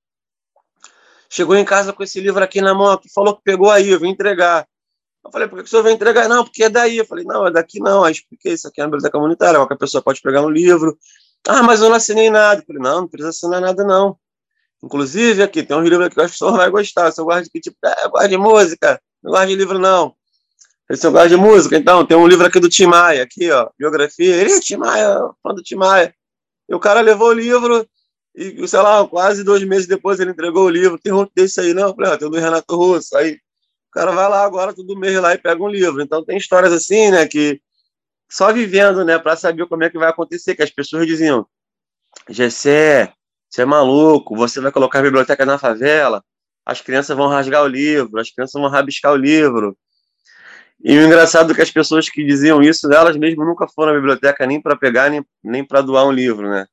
chegou em casa com esse livro aqui na mão, que falou que pegou aí, eu vim entregar. Eu falei, por que o senhor vai entregar? Não, porque é daí. Eu falei, não, é daqui não. Aí expliquei, isso aqui é uma biblioteca comunitária, qualquer pessoa pode pegar um livro. Mas eu não assinei nada. Eu falei, não precisa assinar nada, não. Inclusive, aqui, tem um livro aqui que eu acho que o senhor vai gostar. Se eu gosto de tipo, eu gosto de música, não gosto de livro, não. Se eu gosto de música, então, tem um livro aqui do Tim Maia, aqui, ó, biografia. Ele, Tim Maia, fã do Tim Maia. E o cara levou o livro e, sei lá, quase 2 meses depois ele entregou o livro. Tem outro desse aí, não? Eu falei, tem o do Renato Russo. Aí o cara vai lá agora todo mês lá e pega um livro. Então tem histórias assim, né, que só vivendo, né, para saber como é que vai acontecer, que as pessoas diziam, Gessé, você é maluco, você vai colocar a biblioteca na favela, as crianças vão rasgar o livro, as crianças vão rabiscar o livro. E o engraçado é que as pessoas que diziam isso, elas mesmas nunca foram à biblioteca nem para pegar, nem para doar um livro, né?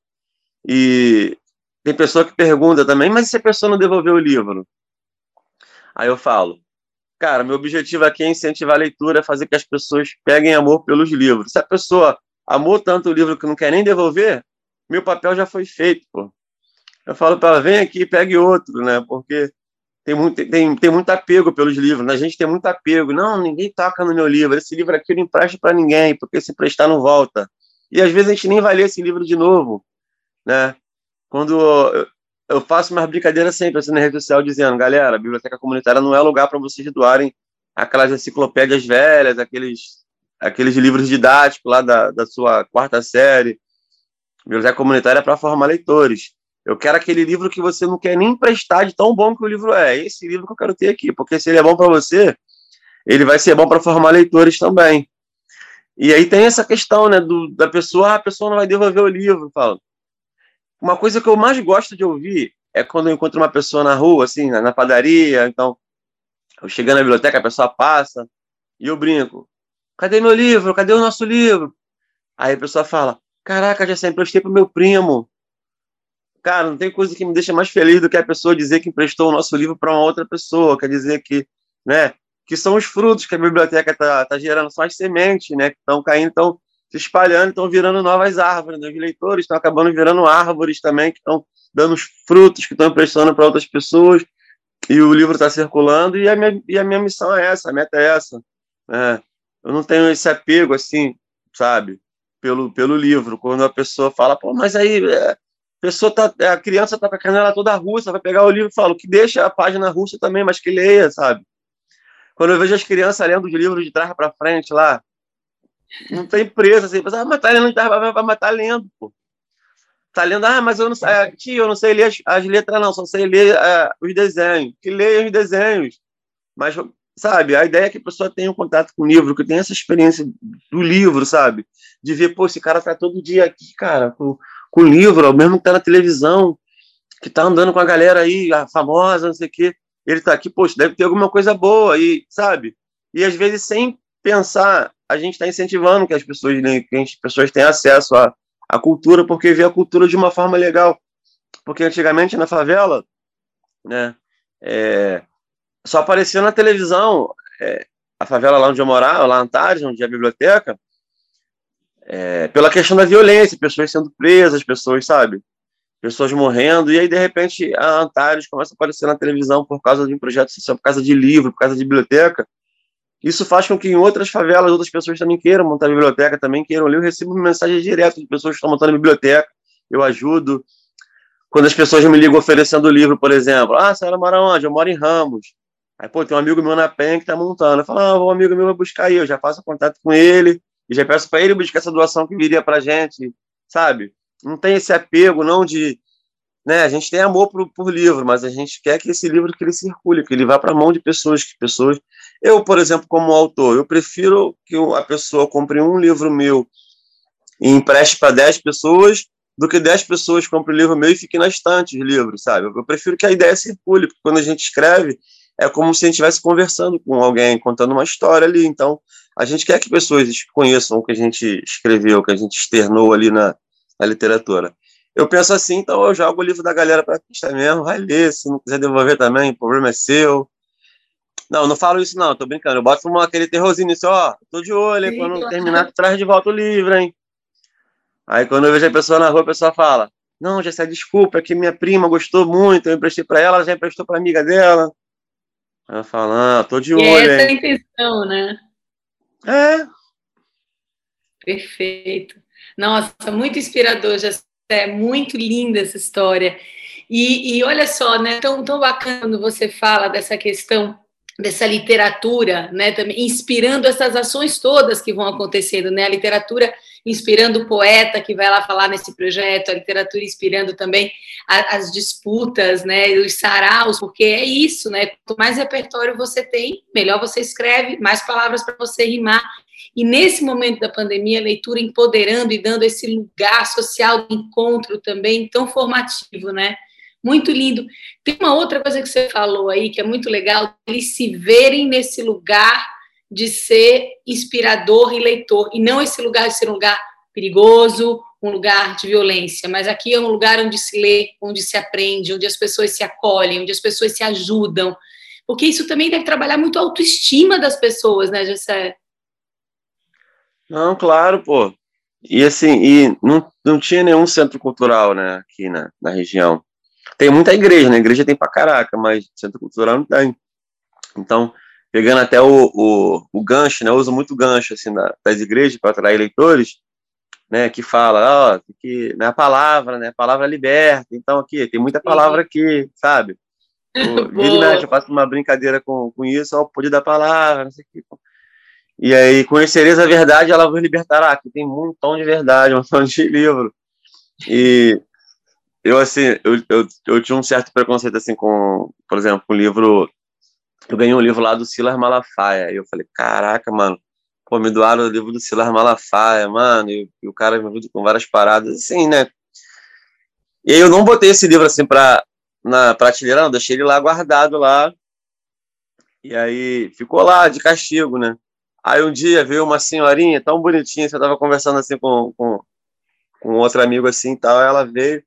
E tem pessoa que pergunta também, mas e se a pessoa não devolver o livro? Aí eu falo, cara, meu objetivo aqui é incentivar a leitura, fazer que as pessoas peguem amor pelos livros. Se a pessoa amou tanto o livro que não quer nem devolver, meu papel já foi feito, pô. Eu falo para ela, vem aqui e pegue outro, né? Porque tem muito apego pelos livros, né? A gente tem muito apego. Não, ninguém toca no meu livro. Esse livro aqui eu não empresto para ninguém, porque se emprestar não volta. E às vezes a gente nem vai ler esse livro de novo, né? Quando eu faço umas brincadeiras sempre assim na rede social dizendo, galera, a biblioteca comunitária não é lugar para vocês doarem aquelas enciclopédias velhas, aqueles livros didáticos lá da sua quarta série. A biblioteca comunitária é para formar leitores. Eu quero aquele livro que você não quer nem emprestar de tão bom que o livro é. Esse livro que eu quero ter aqui, porque se ele é bom para você, ele vai ser bom para formar leitores também. E aí tem essa questão, né, da pessoa, a pessoa não vai devolver o livro, fala. Uma coisa que eu mais gosto de ouvir é quando eu encontro uma pessoa na rua, assim, na padaria, então, eu chego na biblioteca, a pessoa passa, e eu brinco, cadê meu livro? Cadê o nosso livro? Aí a pessoa fala, caraca, já sempre emprestei pro meu primo. Cara, não tem coisa que me deixa mais feliz do que a pessoa dizer que emprestou o nosso livro para uma outra pessoa, quer dizer que, né, que são os frutos que a biblioteca tá gerando, são as sementes, né, que estão caindo, estão se espalhando, estão virando novas árvores, né? Os leitores estão acabando virando árvores também, que estão dando os frutos, que estão emprestando para outras pessoas, e o livro está circulando, e a minha missão é essa, a meta é essa. Né? Eu não tenho esse apego, assim, sabe, pelo livro, quando a pessoa fala, pô, mas aí a criança tá com a canela toda russa, vai pegar o livro e fala, que deixa a página russa também, mas que leia, sabe? Quando eu vejo as crianças lendo os livros de trás para frente lá, não tem preço, assim, mas tá lendo de trás, mas tá lendo, pô. tá lendo, mas eu não sei, tio, eu não sei ler as letras, não, só sei ler os desenhos. Que leia os desenhos. Mas, sabe, a ideia é que a pessoa tenha um contato com o livro, que tenha essa experiência do livro, sabe? De ver, pô, esse cara tá todo dia aqui, cara, com o livro, mesmo que tá na televisão, que tá andando com a galera aí, a famosa, não sei o quê. Ele tá aqui, poxa, deve ter alguma coisa boa aí, sabe? E às vezes, sem pensar, a gente está incentivando que as pessoas, né, que as pessoas tenham acesso à cultura, porque vê a cultura de uma forma legal. Porque antigamente na favela, né, só aparecia na televisão, a favela lá onde eu morava, lá em Antares, onde é a biblioteca, pela questão da violência, pessoas sendo presas, pessoas, sabe? Pessoas morrendo, e aí, de repente, a Antares começa a aparecer na televisão por causa de um projeto social, por causa de livro, por causa de biblioteca. Isso faz com que em outras favelas, outras pessoas também queiram montar biblioteca, também queiram ler. Eu recebo mensagens diretas de pessoas que estão montando biblioteca, eu ajudo. Quando as pessoas me ligam oferecendo livro, por exemplo, a senhora mora onde? Eu moro em Ramos. Aí, pô, tem um amigo meu na Penha que está montando. Eu falo, um amigo meu vai buscar aí, eu já faço contato com ele, e já peço para ele buscar essa doação que viria para a gente, sabe? Não tem esse apego, não de... Né, a gente tem amor por livro, mas a gente quer que esse livro que ele circule, que ele vá para a mão de pessoas, que pessoas... Eu, por exemplo, como autor, eu prefiro que a pessoa compre um livro meu e empreste para 10 pessoas do que 10 pessoas comprem um livro meu e fiquem na estante os livros, sabe? Eu prefiro que a ideia circule, porque quando a gente escreve, é como se a gente estivesse conversando com alguém, contando uma história ali. Então, a gente quer que pessoas conheçam o que a gente escreveu, o que a gente externou ali na literatura. Eu penso assim, então eu jogo o livro da galera para a pista mesmo, vai ler, se não quiser devolver também, o problema é seu. Não, não falo isso não, tô brincando. Eu boto aquele terrorzinho nisso, ó, tô de olho, hein, quando terminar, tu traz de volta o livro, hein. Aí quando eu vejo a pessoa na rua, a pessoa fala, não, Jessé, desculpa, é que minha prima gostou muito, eu emprestei pra ela já emprestou pra amiga dela. Aí eu falo, tô de E olho, essa é a hein. intenção, né? Perfeito. Nossa, muito inspirador, Jessé, muito linda essa história. E olha só, né, tão bacana quando você fala dessa questão dessa literatura, né, também inspirando essas ações todas que vão acontecendo, né, a literatura inspirando o poeta que vai lá falar nesse projeto, a literatura inspirando também as disputas, né, os saraus, porque é isso, né, quanto mais repertório você tem, melhor você escreve, mais palavras para você rimar, e nesse momento da pandemia, a leitura empoderando e dando esse lugar social de encontro também tão formativo, né, muito lindo. Tem uma outra coisa que você falou aí, que é muito legal, eles se verem nesse lugar de ser inspirador e leitor, e não esse lugar de ser um lugar perigoso, um lugar de violência, mas aqui é um lugar onde se lê, onde se aprende, onde as pessoas se acolhem, onde as pessoas se ajudam, porque isso também deve trabalhar muito a autoestima das pessoas, né, Gessé? Não, claro, pô. E assim, não tinha nenhum centro cultural, né, aqui na região. Tem muita igreja, né? Igreja tem pra caraca, mas centro cultural não tem. Então, pegando até o gancho, né? Eu uso muito gancho assim, das igrejas para atrair leitores, né? Que fala, ó, que, né, a palavra, né? A palavra liberta. Então, aqui, tem muita palavra aqui, sabe? Vira e mexe, eu faço uma brincadeira com isso, ó, o poder da palavra, não sei o que. E aí, conhecereis a verdade, ela vos libertará. Aqui tem um montão de verdade, um montão de livro. E eu, assim, eu tinha um certo preconceito, assim, por exemplo, com o livro. Eu ganhei um livro lá do Silas Malafaia. E eu falei, caraca, mano, pô, me doaram o livro do Silas Malafaia, mano. E o cara me ajuda com várias paradas, assim, né? E aí eu não botei esse livro, assim, na prateleira, não. Deixei ele lá guardado lá. E aí ficou lá, de castigo, né? Aí um dia veio uma senhorinha tão bonitinha, você tava conversando, assim, com outro amigo, assim, e tal. Ela veio,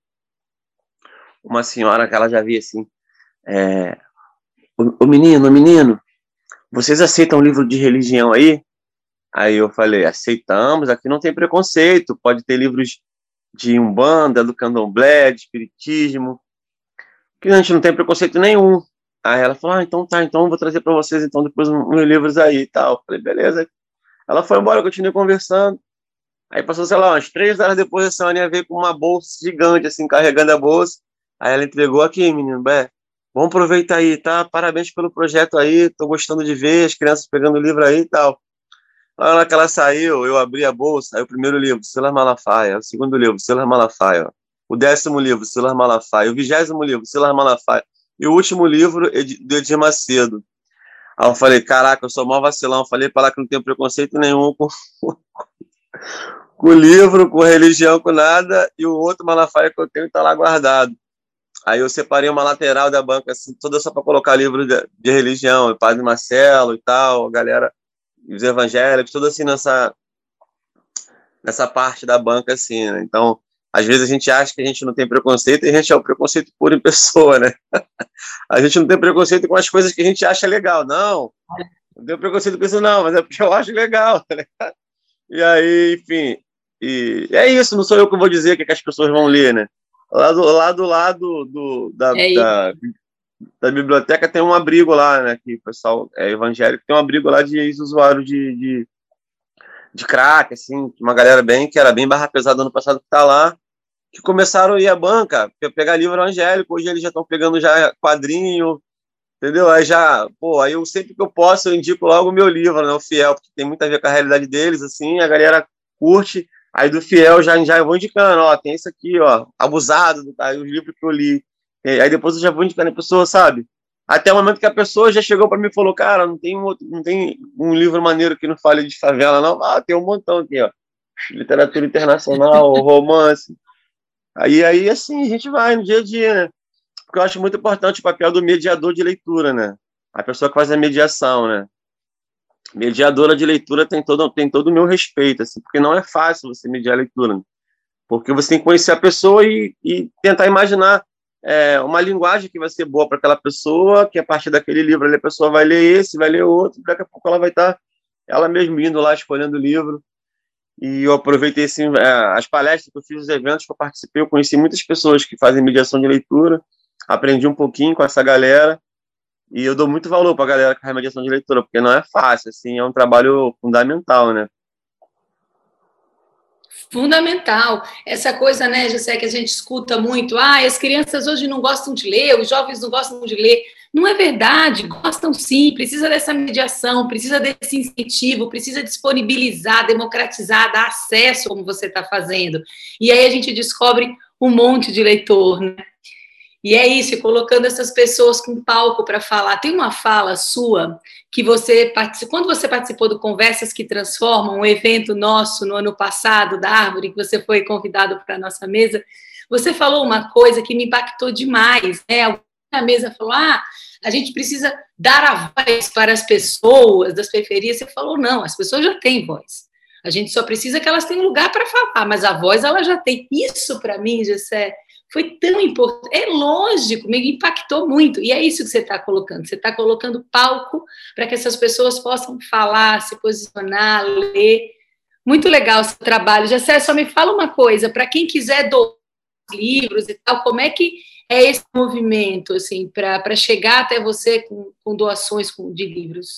uma senhora que ela já via, assim, é, o menino, vocês aceitam livro de religião aí? Aí eu falei, aceitamos, aqui não tem preconceito, pode ter livros de Umbanda, do Candomblé, de Espiritismo, que a gente não tem preconceito nenhum. Aí ela falou, então tá, então eu vou trazer para vocês então depois uns livros aí e tal. Eu falei, beleza. Ela foi embora, eu continuei conversando. Aí passou, sei lá, umas 3 horas depois, a senhorinha veio com uma bolsa gigante, assim, carregando a bolsa. Aí ela entregou aqui, menino, vamos aproveitar aí, tá? Parabéns pelo projeto aí, tô gostando de ver as crianças pegando o livro aí e tal. Na hora que ela saiu, eu abri a bolsa, aí o primeiro livro, Silas Malafaia, o segundo livro, Silas Malafaia. o 10º livro, Silas Malafaia, o 20º livro, Silas Malafaia, e o último livro do Edir Macedo. Aí eu falei, caraca, eu sou mó vacilão, eu falei para lá que não tenho preconceito nenhum com o livro, com religião, com nada, e o outro Malafaia que eu tenho está lá guardado. Aí eu separei uma lateral da banca, assim, toda só para colocar livro de religião, o Padre Marcelo e tal, a galera, os evangélicos, tudo assim nessa parte da banca, assim, né? Então, às vezes a gente acha que a gente não tem preconceito e a gente é o preconceito puro em pessoa, né? A gente não tem preconceito com as coisas que a gente acha legal, não tenho preconceito com isso não, mas é porque eu acho legal, né? E aí, enfim, e é isso, não sou eu que vou dizer o que as pessoas vão ler, né? Lá do lado da biblioteca tem um abrigo lá, né? Que o pessoal é evangélico, tem um abrigo lá de ex-usuário de crack, assim, uma galera que era bem barra pesada no passado que tá lá, que começaram a ir à banca, pegar livro evangélico, hoje eles já estão pegando já quadrinho, entendeu? Aí aí eu sempre que eu posso, eu indico logo o meu livro, né? O Fiel, porque tem muito a ver com a realidade deles, assim, a galera curte, aí do Fiel já eu vou indicando, ó, tem esse aqui, ó, Abusado, aí os livros que eu li, aí depois eu já vou indicando a pessoa, sabe? Até o momento que a pessoa já chegou para mim e falou, cara, não tem um livro maneiro que não fale de favela, não? Ah, tem um montão aqui, ó. Literatura internacional, romance. Aí assim, a gente vai no dia a dia, né? Porque eu acho muito importante o papel do mediador de leitura, né? A pessoa que faz a mediação, né? Mediadora de leitura tem todo o meu respeito, assim, porque não é fácil você mediar a leitura, né? Porque você tem que conhecer a pessoa e tentar imaginar uma linguagem que vai ser boa para aquela pessoa, que a partir daquele livro ali, a pessoa vai ler esse, vai ler outro, daqui a pouco ela vai estar ela mesma indo lá escolhendo o livro. E eu aproveitei assim, as palestras que eu fiz, os eventos que eu participei, eu conheci muitas pessoas que fazem mediação de leitura, aprendi um pouquinho com essa galera, e eu dou muito valor para a galera que faz mediação de leitura, porque não é fácil, assim, é um trabalho fundamental, né? Fundamental. Essa coisa, né, José, que a gente escuta muito, as crianças hoje não gostam de ler, os jovens não gostam de ler. Não é verdade, gostam sim, precisa dessa mediação, precisa desse incentivo, precisa disponibilizar, democratizar, dar acesso, como você está fazendo. E aí a gente descobre um monte de leitor, né? E é isso, colocando essas pessoas com palco para falar. Tem uma fala sua que quando você participou do Conversas que Transformam, um evento nosso no ano passado, da Árvore, que você foi convidado para a nossa mesa, você falou uma coisa que me impactou demais, né? Alguém na mesa falou, a gente precisa dar a voz para as pessoas das periferias. Você falou, não, as pessoas já têm voz. A gente só precisa que elas tenham lugar para falar, mas a voz ela já tem. Isso, para mim, Gessé, foi tão importante. É lógico, me impactou muito. E é isso que você está colocando. Você está colocando palco para que essas pessoas possam falar, se posicionar, ler. Muito legal esse trabalho. Jessé, só me fala uma coisa, para quem quiser doar livros e tal, como é que é esse movimento, assim, para chegar até você com doações de livros?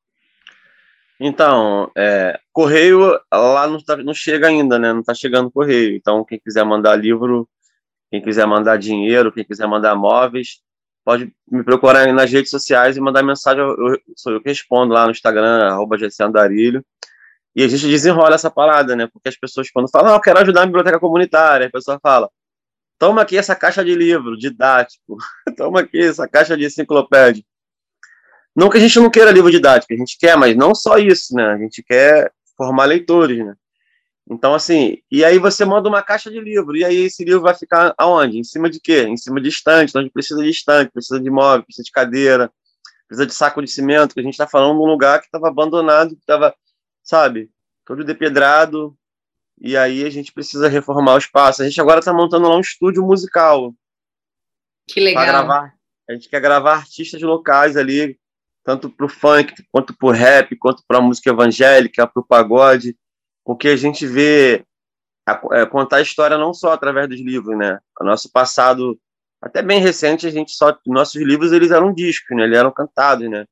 Então, correio lá não chega ainda, né? Não está chegando correio. Então, quem quiser mandar livro, quem quiser mandar dinheiro, quem quiser mandar móveis, pode me procurar aí nas redes sociais e mandar mensagem. Sou eu que respondo lá no Instagram, @GCAndarilho. E a gente desenrola essa parada, né? Porque as pessoas, quando falam, eu quero ajudar a biblioteca comunitária, a pessoa fala, toma aqui essa caixa de livro didático, toma aqui essa caixa de enciclopédia. Não que a gente não queira livro didático, a gente quer, mas não só isso, né? A gente quer formar leitores, né? Então, assim, e aí você manda uma caixa de livro, e aí esse livro vai ficar aonde? Em cima de quê? Em cima de estante, então a gente precisa de estante, precisa de móvel, precisa de cadeira, precisa de saco de cimento, que a gente está falando de um lugar que estava abandonado, que estava, sabe, todo depedrado, e aí a gente precisa reformar o espaço. A gente agora está montando lá um estúdio musical. Que legal. Para gravar. A gente quer gravar artistas locais ali, tanto para o funk, quanto para o rap, quanto para a música evangélica, para o pagode, porque a gente vê contar a história não só através dos livros, né? O nosso passado, até bem recente, nossos livros eles eram discos, né? Eles eram cantados, né?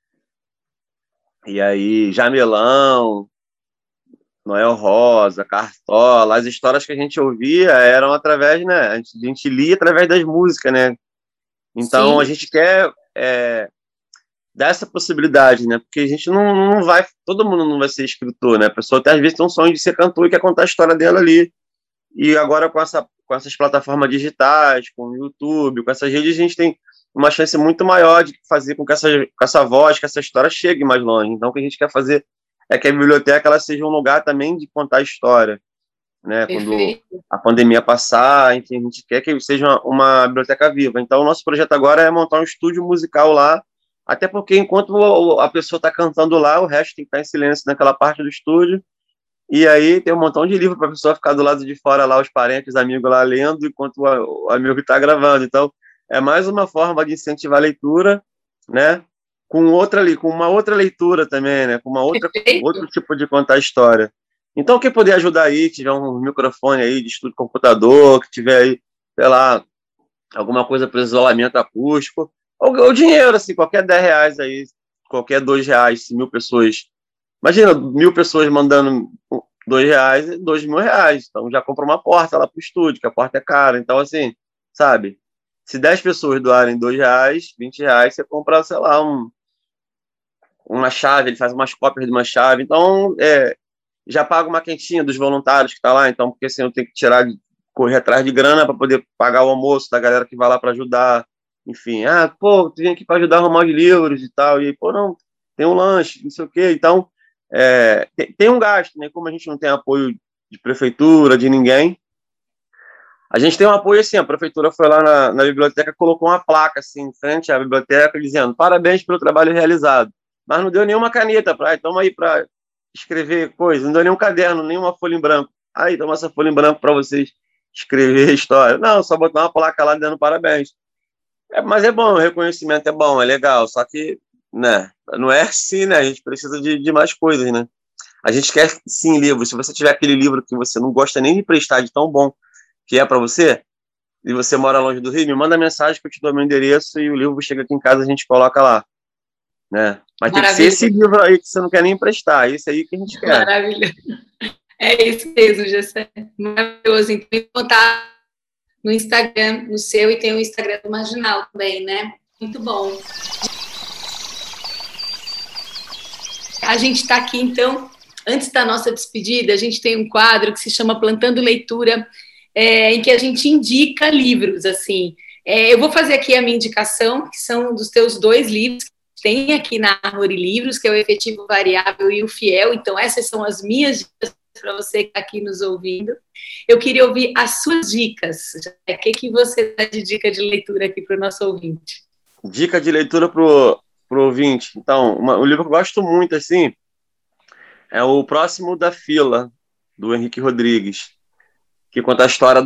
E aí, Jamelão, Noel Rosa, Cartola, as histórias que a gente ouvia eram através, né? A gente lia através das músicas, né? Então, Sim. a gente quer dar essa possibilidade, né? Porque a gente não vai, todo mundo não vai ser escritor, né? A pessoa até às vezes tem um sonho de ser cantor e quer contar a história dela ali. E agora com essas plataformas digitais, com o YouTube, com essas redes, a gente tem uma chance muito maior de fazer com que essa voz, que essa história chegue mais longe. Então, o que a gente quer fazer é que a biblioteca ela seja um lugar também de contar história, né? Quando Perfeito. a pandemia passar, enfim, a gente quer que seja uma biblioteca viva. Então, o nosso projeto agora é montar um estúdio musical lá, até porque enquanto a pessoa está cantando lá, o resto tem que estar em silêncio naquela parte do estúdio. E aí tem um montão de livro para a pessoa ficar do lado de fora lá, os parentes, os amigos lá lendo, enquanto o amigo está gravando. Então, é mais uma forma de incentivar a leitura, né? Com uma outra leitura também, né? Com outro Perfeito. tipo de contar história. Então, quem puder ajudar aí, tiver um microfone aí de estudo de computador, que tiver aí, sei lá, alguma coisa para isolamento acústico, ou dinheiro, assim, qualquer R$ 10 aí, qualquer R$ 2, se 1.000 pessoas. Imagina, 1.000 pessoas mandando R$ 2, R$ 2.000. Então já compra uma porta lá pro estúdio, que a porta é cara. Então, assim, sabe? Se 10 pessoas doarem R$ 2, R$ 20, você compra, sei lá, uma chave, ele faz umas cópias de uma chave. Então, já paga uma quentinha dos voluntários que tá lá. Então, porque assim, eu tenho que correr atrás de grana para poder pagar o almoço da galera que vai lá para ajudar. Enfim, pô, tu vem aqui para ajudar a arrumar os livros e tal. E, pô, não, tem um lanche, não sei o quê. Então, tem um gasto, né? Como a gente não tem apoio de prefeitura, de ninguém, a gente tem um apoio assim, a prefeitura foi lá na biblioteca, colocou uma placa assim, em frente à biblioteca, dizendo parabéns pelo trabalho realizado, mas não deu nenhuma caneta para, toma aí para escrever coisa, não deu nenhum caderno, nenhuma folha em branco, aí toma essa folha em branco para vocês escrever a história. Não, só botar uma placa lá dando parabéns. Mas é bom, o reconhecimento é bom, é legal, só que, né, não é assim, né, a gente precisa de mais coisas, né. A gente quer, sim, livros. Se você tiver aquele livro que você não gosta nem de prestar, de tão bom que é para você, e você mora longe do Rio, me manda mensagem que eu te dou meu endereço e o livro chega aqui em casa, a gente coloca lá, né? Mas tem que ser esse Maravilhoso. livro aí que você não quer nem emprestar, esse aí que a gente quer. Maravilhoso. É isso mesmo, Gessé. Maravilhoso. Então, contar no Instagram, no seu, e tem o Instagram do Marginal também, né? Muito bom. A gente está aqui, então, antes da nossa despedida, a gente tem um quadro que se chama Plantando Leitura, em que a gente indica livros, assim. Eu vou fazer aqui a minha indicação, que são dos teus 2 livros, que tem aqui na Árvore Livros, que é o Efetivo Variável e o Fiel. Então, essas são as minhas dicas para você que está aqui nos ouvindo. Eu queria ouvir as suas dicas. O que você dá de dica de leitura aqui para o nosso ouvinte? Dica de leitura pro ouvinte. Então, um livro que eu gosto muito, assim, é O Próximo da Fila, do Henrique Rodrigues, que conta a história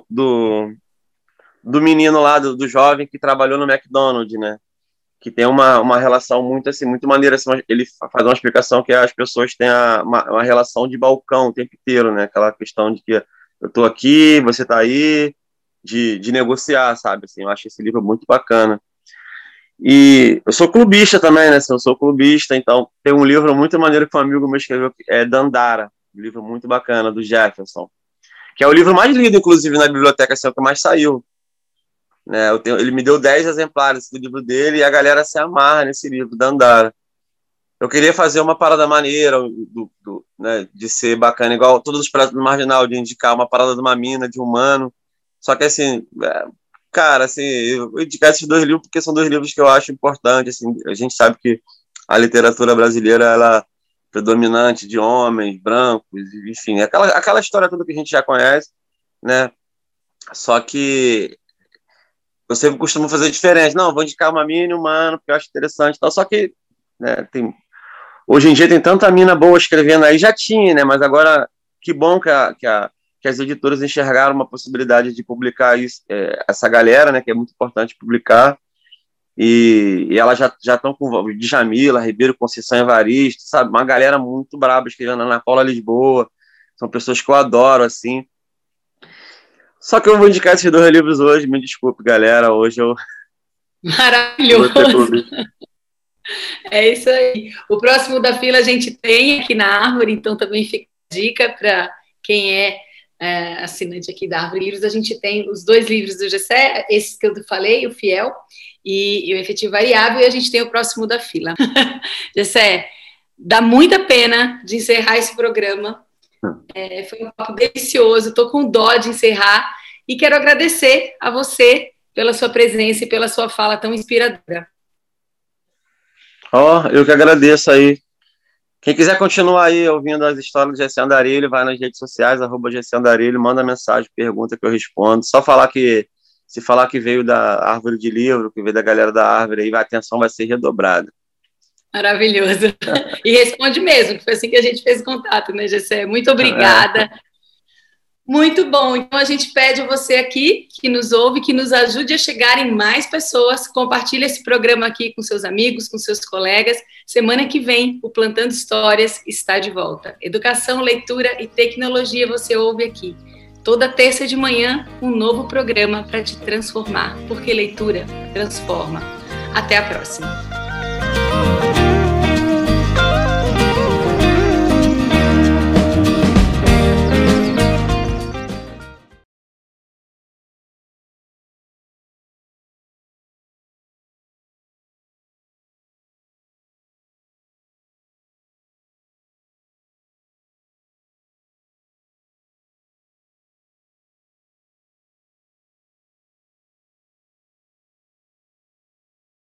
do menino lá, do jovem que trabalhou no McDonald's, né? Que tem uma relação muito assim, muito maneira. Assim, ele faz uma explicação que as pessoas têm uma relação de balcão o tempo inteiro, né? Aquela questão de que eu tô aqui, você tá aí, de negociar, sabe? Assim, eu acho esse livro muito bacana. E eu sou clubista também, né? Assim, eu sou clubista, então tem um livro muito maneiro que um amigo meu escreveu, que é Dandara, um livro muito bacana, do Jefferson, que é o livro mais lido, inclusive, na biblioteca, assim, é o que mais saiu. Né? Ele me deu 10 exemplares do livro dele e a galera se amarra nesse livro, Dandara. Eu queria fazer uma parada maneira, né, de ser bacana, igual todos os pratos do Marginal, de indicar uma parada de uma mina, de humano. Só que, assim, cara, assim, eu vou indicar esses 2 livros porque são 2 livros que eu acho importantes. Assim, a gente sabe que a literatura brasileira, ela é predominante de homens, brancos, enfim, aquela história toda que a gente já conhece, né? Só que eu sempre costumo fazer diferente. Não, vou indicar uma mina e um mano, porque eu acho interessante e tal. Só que, né, hoje em dia tem tanta mina boa escrevendo aí, já tinha, né? Mas agora, que bom que as editoras enxergaram uma possibilidade de publicar isso, essa galera, né? Que é muito importante publicar. E elas já estão com Djamila, Ribeiro, Conceição Evaristo, sabe? Uma galera muito braba escrevendo, Ana Paula Lisboa. São pessoas que eu adoro, assim. Só que eu vou indicar esses 2 livros hoje, me desculpe, galera. Hoje eu vou ser Maravilhoso. clubista. É isso aí. O próximo da fila a gente tem aqui na Árvore, então também fica a dica para quem é assinante aqui da Árvore Livros. A gente tem os 2 livros do Gessé, esses que eu falei, o Fiel e o Efetivo Variável, e a gente tem o próximo da fila. Gessé, dá muita pena de encerrar esse programa Foi um papo delicioso, estou com dó de encerrar e quero agradecer a você pela sua presença e pela sua fala tão inspiradora. Eu que agradeço aí. Quem quiser continuar aí ouvindo as histórias do GC Andarilho, vai nas redes sociais, @GC Andarilho, manda mensagem, pergunta que eu respondo. Só falar se falar que veio da Árvore de Livro, que veio da galera da Árvore, aí a atenção vai ser redobrada. Maravilhoso. E responde mesmo, que foi assim que a gente fez contato, né, Gessé? Muito obrigada. Muito bom. Então, a gente pede a você aqui, que nos ouve, que nos ajude a chegar em mais pessoas. Compartilhe esse programa aqui com seus amigos, com seus colegas. Semana que vem, o Plantando Histórias está de volta. Educação, leitura e tecnologia você ouve aqui. Toda terça de manhã, um novo programa para te transformar, porque leitura transforma. Até a próxima.